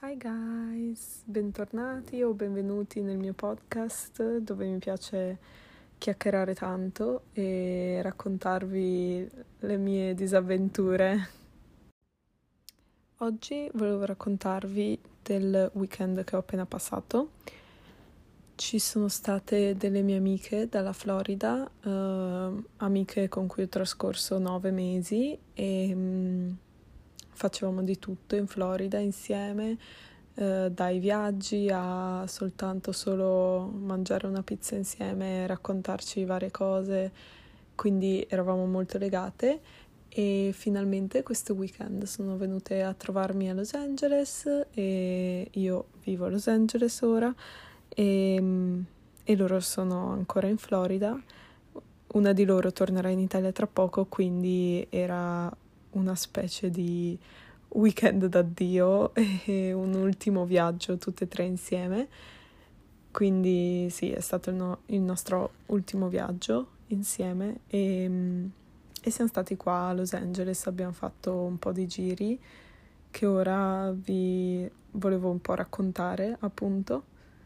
Hi guys, bentornati o benvenuti nel mio podcast dove mi piace chiacchierare tanto e raccontarvi le mie disavventure. Oggi volevo raccontarvi del weekend che ho appena passato. Ci sono state delle mie amiche dalla Florida, amiche con cui ho trascorso 9 mesi e facevamo di tutto in Florida insieme, dai viaggi a soltanto solo mangiare una pizza insieme e raccontarci varie cose, quindi eravamo molto legate e finalmente questo weekend sono venute a trovarmi a Los Angeles e io vivo a Los Angeles ora e loro sono ancora in Florida. Una di loro tornerà in Italia tra poco, quindi era una specie di weekend d'addio e un ultimo viaggio tutte e tre insieme. Quindi sì, è stato il nostro ultimo viaggio insieme e siamo stati qua a Los Angeles, abbiamo fatto un po' di giri che ora vi volevo un po' raccontare, appunto.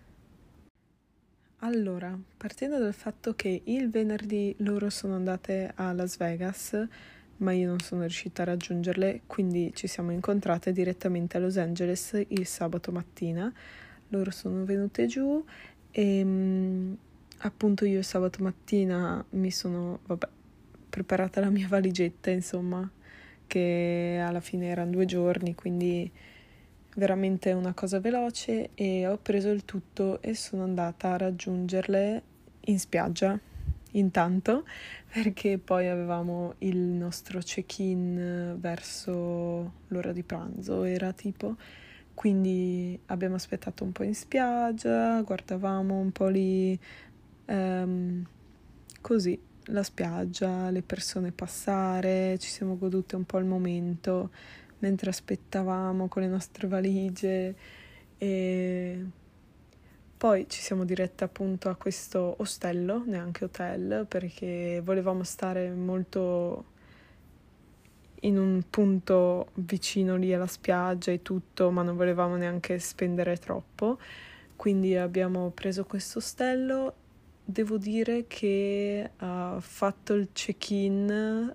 Allora, partendo dal fatto che il venerdì loro sono andate a Las Vegas, ma io non sono riuscita a raggiungerle, quindi ci siamo incontrate direttamente a Los Angeles il sabato mattina. Loro sono venute giù e appunto io il sabato mattina mi sono, preparata la mia valigetta, insomma, che alla fine erano 2 giorni, quindi veramente una cosa veloce, e ho preso il tutto e sono andata a raggiungerle in spiaggia intanto, perché poi avevamo il nostro check-in verso l'ora di pranzo, era tipo, quindi abbiamo aspettato un po' in spiaggia, guardavamo un po' lì, così, la spiaggia, le persone passare, ci siamo godute un po' il momento mentre aspettavamo con le nostre valigie e poi ci siamo dirette appunto a questo ostello, neanche hotel, perché volevamo stare molto in un punto vicino lì alla spiaggia e tutto, ma non volevamo neanche spendere troppo, quindi abbiamo preso questo ostello. Devo dire che fatto il check-in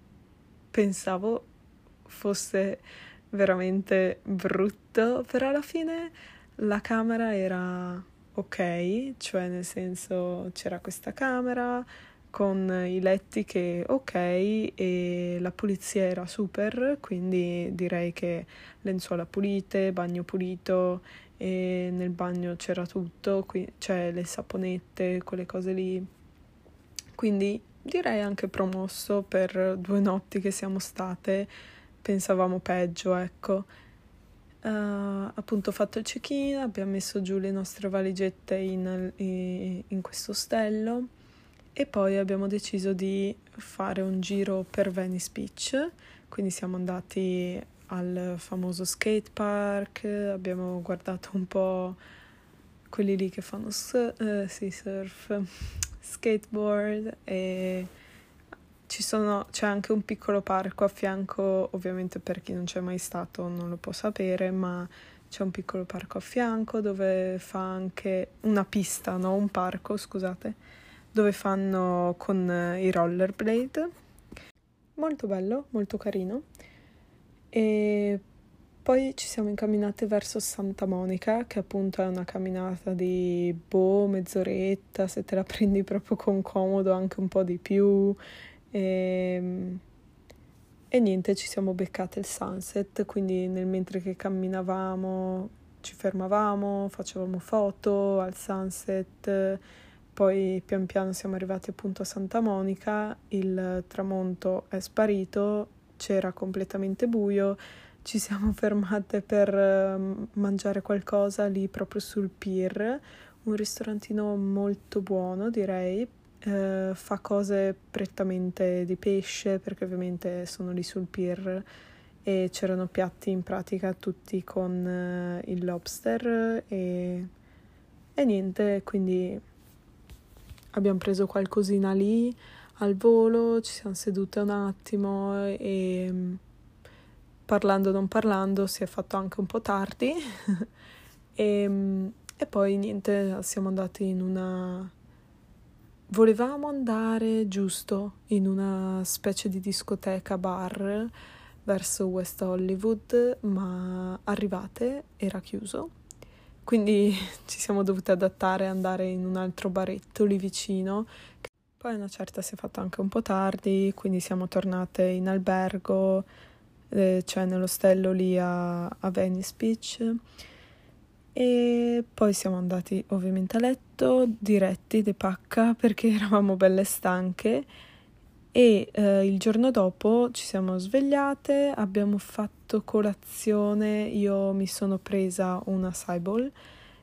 pensavo fosse veramente brutto, però alla fine la camera era ok, cioè nel senso c'era questa camera con i letti che ok e la pulizia era super, quindi direi che lenzuola pulite, bagno pulito e nel bagno c'era tutto, cioè le saponette, quelle cose lì, quindi direi anche promosso per 2 notti che siamo state, pensavamo peggio, ecco. Appunto fatto il check-in, abbiamo messo giù le nostre valigette in questo ostello e poi abbiamo deciso di fare un giro per Venice Beach, quindi siamo andati al famoso skate park, abbiamo guardato un po' quelli lì che fanno surf, skateboard e c'è anche un piccolo parco a fianco, ovviamente per chi non c'è mai stato non lo può sapere, ma c'è un piccolo parco a fianco dove fa anche una pista, no? Un parco, scusate, dove fanno con i rollerblade. Molto bello, molto carino. E poi ci siamo incamminate verso Santa Monica, che appunto è una camminata di mezz'oretta, se te la prendi proprio con comodo anche un po' di più. E niente, ci siamo beccate il sunset, quindi mentre che camminavamo ci fermavamo, facevamo foto al sunset, poi pian piano siamo arrivati appunto a Santa Monica, il tramonto è sparito, c'era completamente buio, ci siamo fermate per mangiare qualcosa lì proprio sul pier, un ristorantino molto buono direi. Fa cose prettamente di pesce perché ovviamente sono lì sul pier e c'erano piatti in pratica tutti con il lobster e niente, quindi abbiamo preso qualcosina lì al volo, ci siamo sedute un attimo e parlando non parlando si è fatto anche un po' tardi e poi niente, siamo andati in una... Volevamo andare giusto in una specie di discoteca bar verso West Hollywood, ma arrivate era chiuso. Quindi ci siamo dovuti adattare e andare in un altro baretto lì vicino. Poi a una certa si è fatto anche un po' tardi, quindi siamo tornate in albergo, cioè nell'ostello lì a Venice Beach. E poi siamo andati ovviamente a letto, diretti de pacca, perché eravamo belle stanche. E il giorno dopo ci siamo svegliate, abbiamo fatto colazione, io mi sono presa una acai bowl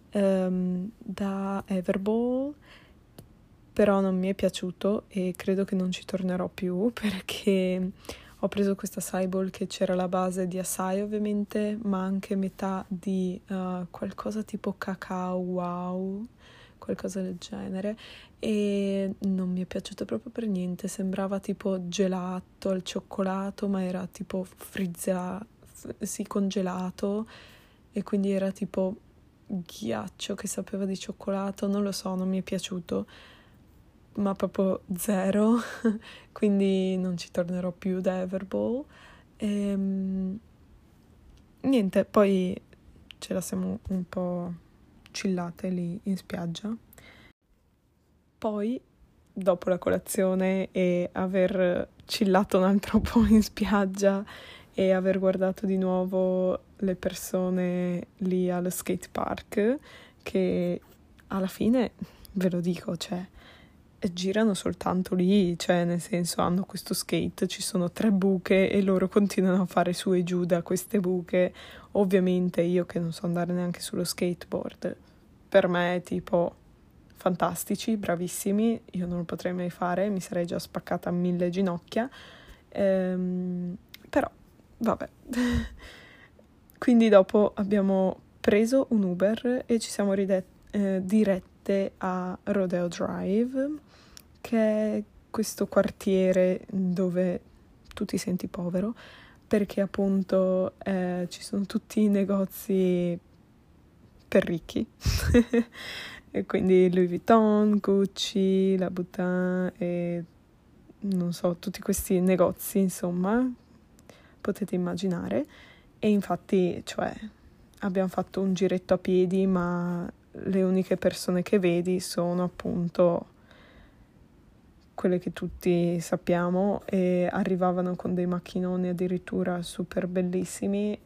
da Everbowl, però non mi è piaciuto e credo che non ci tornerò più perché ho preso questa acai bowl che c'era la base di acai ovviamente, ma anche metà di qualcosa tipo cacao wow, qualcosa del genere, e non mi è piaciuto proprio per niente, sembrava tipo gelato al cioccolato, ma era tipo congelato, e quindi era tipo ghiaccio che sapeva di cioccolato, non lo so, non mi è piaciuto, ma proprio zero, quindi non ci tornerò più da Everbowl. Niente, poi ce la siamo un po' chillate lì in spiaggia. Poi, dopo la colazione e aver chillato un altro po' in spiaggia e aver guardato di nuovo le persone lì allo skate park, che alla fine, ve lo dico, cioè, girano soltanto lì, cioè nel senso hanno questo skate, ci sono 3 buche e loro continuano a fare su e giù da queste buche. Ovviamente io che non so andare neanche sullo skateboard, per me è tipo fantastici, bravissimi, io non lo potrei mai fare, mi sarei già spaccata 1000 ginocchia, però vabbè. Quindi dopo abbiamo preso un Uber e ci siamo dirette a Rodeo Drive, che è questo quartiere dove tu ti senti povero, perché appunto ci sono tutti i negozi per ricchi. E quindi Louis Vuitton, Gucci, Louboutin e non so, tutti questi negozi, insomma, potete immaginare. E infatti, cioè, abbiamo fatto un giretto a piedi, ma le uniche persone che vedi sono appunto quelle che tutti sappiamo, e arrivavano con dei macchinoni addirittura super bellissimi.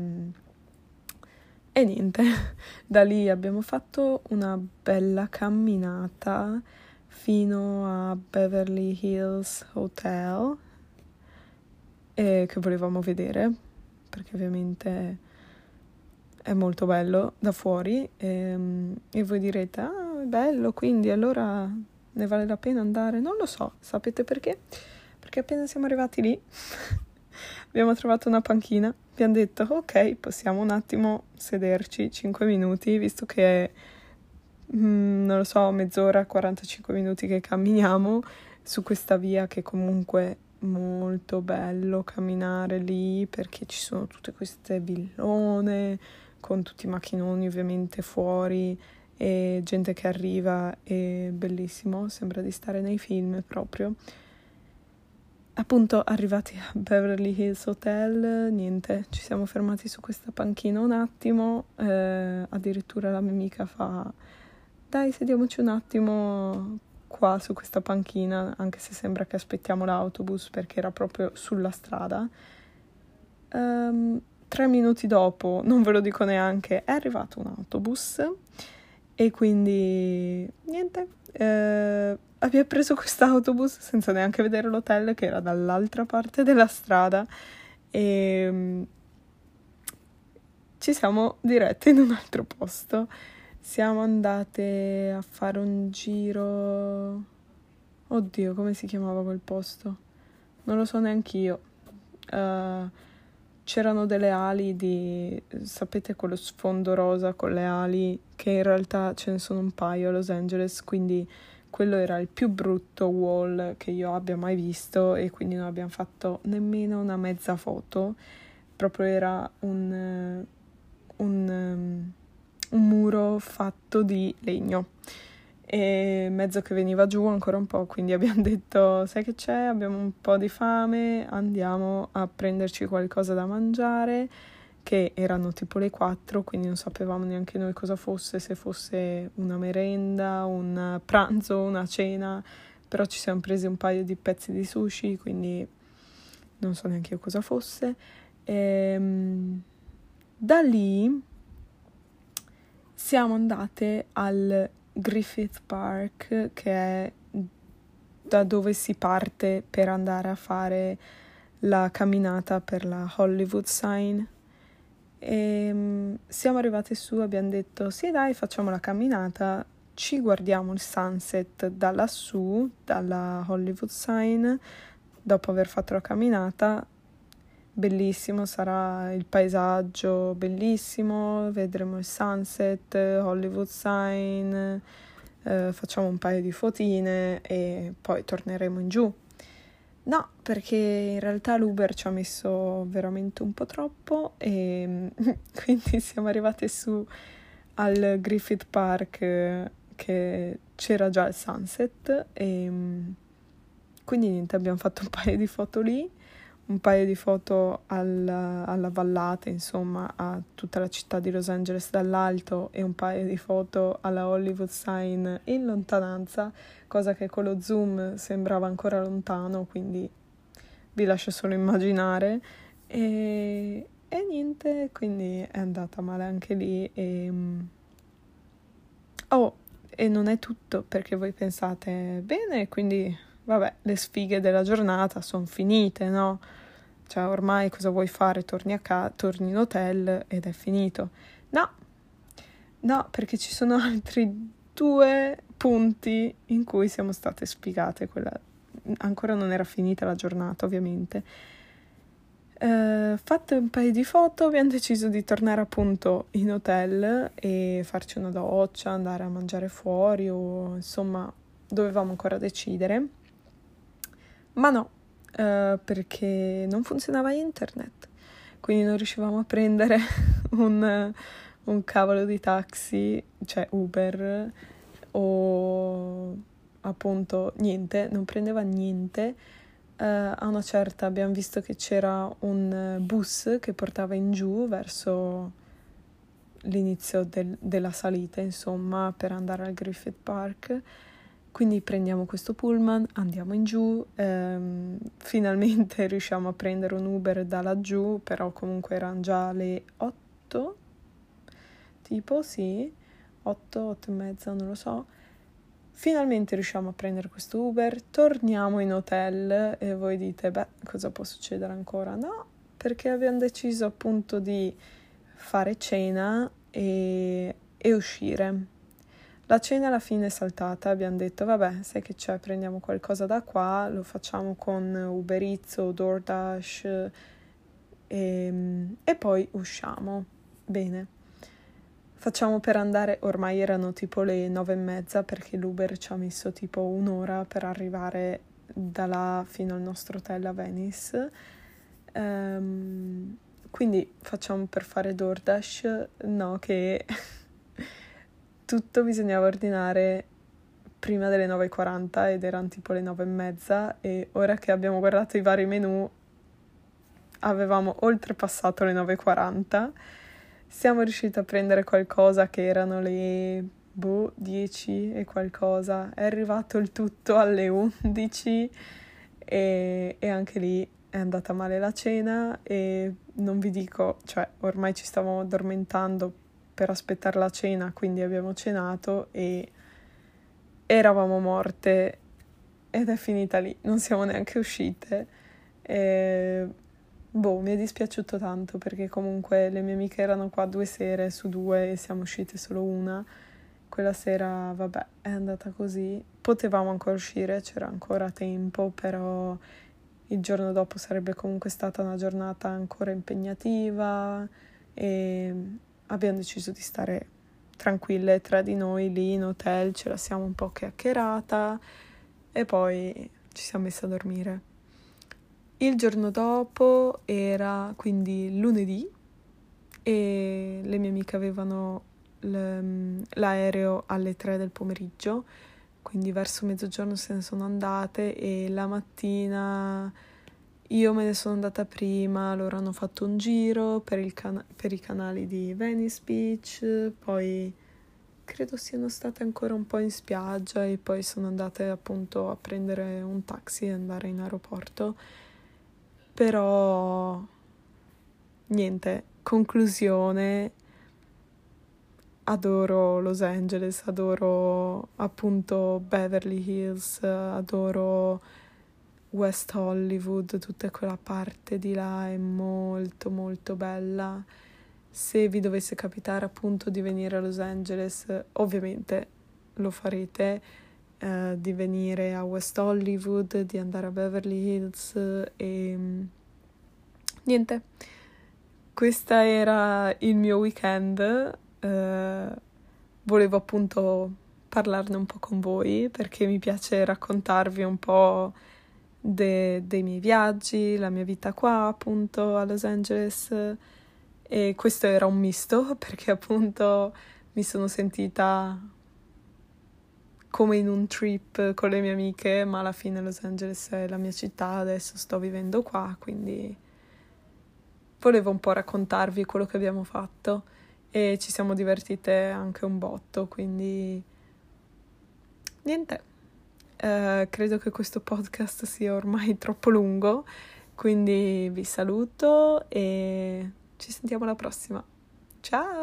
E niente, da lì abbiamo fatto una bella camminata fino a Beverly Hills Hotel, che volevamo vedere, perché ovviamente è molto bello da fuori, e voi direte, ah, è bello, quindi allora ne vale la pena andare? Non lo so, sapete perché? Perché appena siamo arrivati lì abbiamo trovato una panchina, abbiamo detto ok, possiamo un attimo sederci 5 minuti, visto che non lo so, mezz'ora, 45 minuti che camminiamo su questa via, che comunque è molto bello camminare lì, perché ci sono tutte queste villone con tutti i macchinoni ovviamente fuori e gente che arriva, è bellissimo, sembra di stare nei film proprio. Appunto, arrivati a Beverly Hills Hotel, niente, ci siamo fermati su questa panchina un attimo, addirittura la mia amica fa, dai, sediamoci un attimo qua su questa panchina, anche se sembra che aspettiamo l'autobus, perché era proprio sulla strada. 3 minuti dopo, non ve lo dico neanche, è arrivato un autobus, e quindi niente, abbiamo preso quest'autobus senza neanche vedere l'hotel, che era dall'altra parte della strada, e ci siamo dirette in un altro posto. Siamo andate a fare un giro, oddio, come si chiamava quel posto? Non lo so neanch'io. C'erano delle ali sapete, quello sfondo rosa con le ali, che in realtà ce ne sono un paio a Los Angeles, quindi quello era il più brutto wall che io abbia mai visto, e quindi non abbiamo fatto nemmeno una mezza foto, proprio era un muro fatto di legno e mezzo che veniva giù ancora un po', quindi abbiamo detto, sai che c'è, abbiamo un po' di fame, andiamo a prenderci qualcosa da mangiare, che erano tipo le 4, quindi non sapevamo neanche noi cosa fosse, se fosse una merenda, un pranzo, una cena, però ci siamo presi un paio di pezzi di sushi, quindi non so neanche io cosa fosse. Da lì siamo andate al Griffith Park, che è da dove si parte per andare a fare la camminata per la Hollywood Sign. E siamo arrivate su, abbiamo detto sì dai, facciamo la camminata, ci guardiamo il sunset da lassù, dalla Hollywood Sign, dopo aver fatto la camminata. Bellissimo, sarà il paesaggio bellissimo, vedremo il sunset, Hollywood Sign, facciamo un paio di fotine e poi torneremo in giù. No, perché in realtà l'Uber ci ha messo veramente un po' troppo e quindi siamo arrivate su al Griffith Park che c'era già il sunset e quindi niente, abbiamo fatto un paio di foto lì, un paio di foto alla vallata, insomma, a tutta la città di Los Angeles dall'alto e un paio di foto alla Hollywood Sign in lontananza, cosa che con lo zoom sembrava ancora lontano, quindi vi lascio solo immaginare. E niente, quindi è andata male anche lì. E non è tutto, perché voi pensate, bene, quindi vabbè, le sfighe della giornata sono finite, no? Cioè ormai cosa vuoi fare? Torni in hotel ed è finito. No, perché ci sono altri 2 punti in cui siamo state sfigate. Ancora non era finita la giornata, ovviamente. Fatte un paio di foto, abbiamo deciso di tornare appunto in hotel e farci una doccia, andare a mangiare fuori o insomma dovevamo ancora decidere. Ma no, perché non funzionava internet, quindi non riuscivamo a prendere un cavolo di taxi, cioè Uber, o appunto niente, non prendeva niente. A una certa abbiamo visto che c'era un bus che portava in giù verso l'inizio della salita, insomma, per andare al Griffith Park. Quindi prendiamo questo pullman, andiamo in giù, finalmente riusciamo a prendere un Uber da laggiù, però comunque erano già le 8, tipo, sì, 8 e mezza, non lo so. Finalmente riusciamo a prendere questo Uber, torniamo in hotel e voi dite, beh, cosa può succedere ancora? No, perché abbiamo deciso appunto di fare cena e uscire. La cena alla fine è saltata, abbiamo detto vabbè, sai che c'è, prendiamo qualcosa da qua, lo facciamo con Uber Eats o DoorDash e poi usciamo. Bene, facciamo per andare, ormai erano tipo le 9:30 perché l'Uber ci ha messo tipo un'ora per arrivare da là fino al nostro hotel a Venice. Quindi facciamo per fare DoorDash, no, che tutto bisognava ordinare prima delle 9:40 ed erano tipo le 9:30 e ora che abbiamo guardato i vari menu avevamo oltrepassato le 9:40. Siamo riusciti a prendere qualcosa che erano le 10 e qualcosa. È arrivato il tutto alle 11 e anche lì è andata male la cena e non vi dico, cioè ormai ci stavamo addormentando per aspettare la cena, quindi abbiamo cenato e eravamo morte ed è finita lì, non siamo neanche uscite. Mi è dispiaciuto tanto perché comunque le mie amiche erano qua 2 sere su 2 e siamo uscite solo una. Quella sera, vabbè, è andata così. Potevamo ancora uscire, c'era ancora tempo, però il giorno dopo sarebbe comunque stata una giornata ancora impegnativa e abbiamo deciso di stare tranquille tra di noi lì in hotel, ce la siamo un po' chiacchierata e poi ci siamo messe a dormire. Il giorno dopo era quindi lunedì e le mie amiche avevano l'aereo alle 3 del pomeriggio, quindi verso mezzogiorno se ne sono andate e la mattina io me ne sono andata prima, loro hanno fatto un giro per i canali di Venice Beach, poi credo siano state ancora un po' in spiaggia e poi sono andate appunto a prendere un taxi e andare in aeroporto. Però niente, conclusione, adoro Los Angeles, adoro appunto Beverly Hills, adoro West Hollywood, tutta quella parte di là è molto molto bella. Se vi dovesse capitare appunto di venire a Los Angeles, ovviamente lo farete, di venire a West Hollywood, di andare a Beverly Hills e niente, questo era il mio weekend. Volevo appunto parlarne un po' con voi perché mi piace raccontarvi un po' dei miei viaggi, la mia vita qua appunto a Los Angeles, e questo era un misto perché appunto mi sono sentita come in un trip con le mie amiche, ma alla fine Los Angeles è la mia città, adesso sto vivendo qua, quindi volevo un po' raccontarvi quello che abbiamo fatto e ci siamo divertite anche un botto, quindi niente. Credo che questo podcast sia ormai troppo lungo, quindi vi saluto e ci sentiamo alla prossima. Ciao!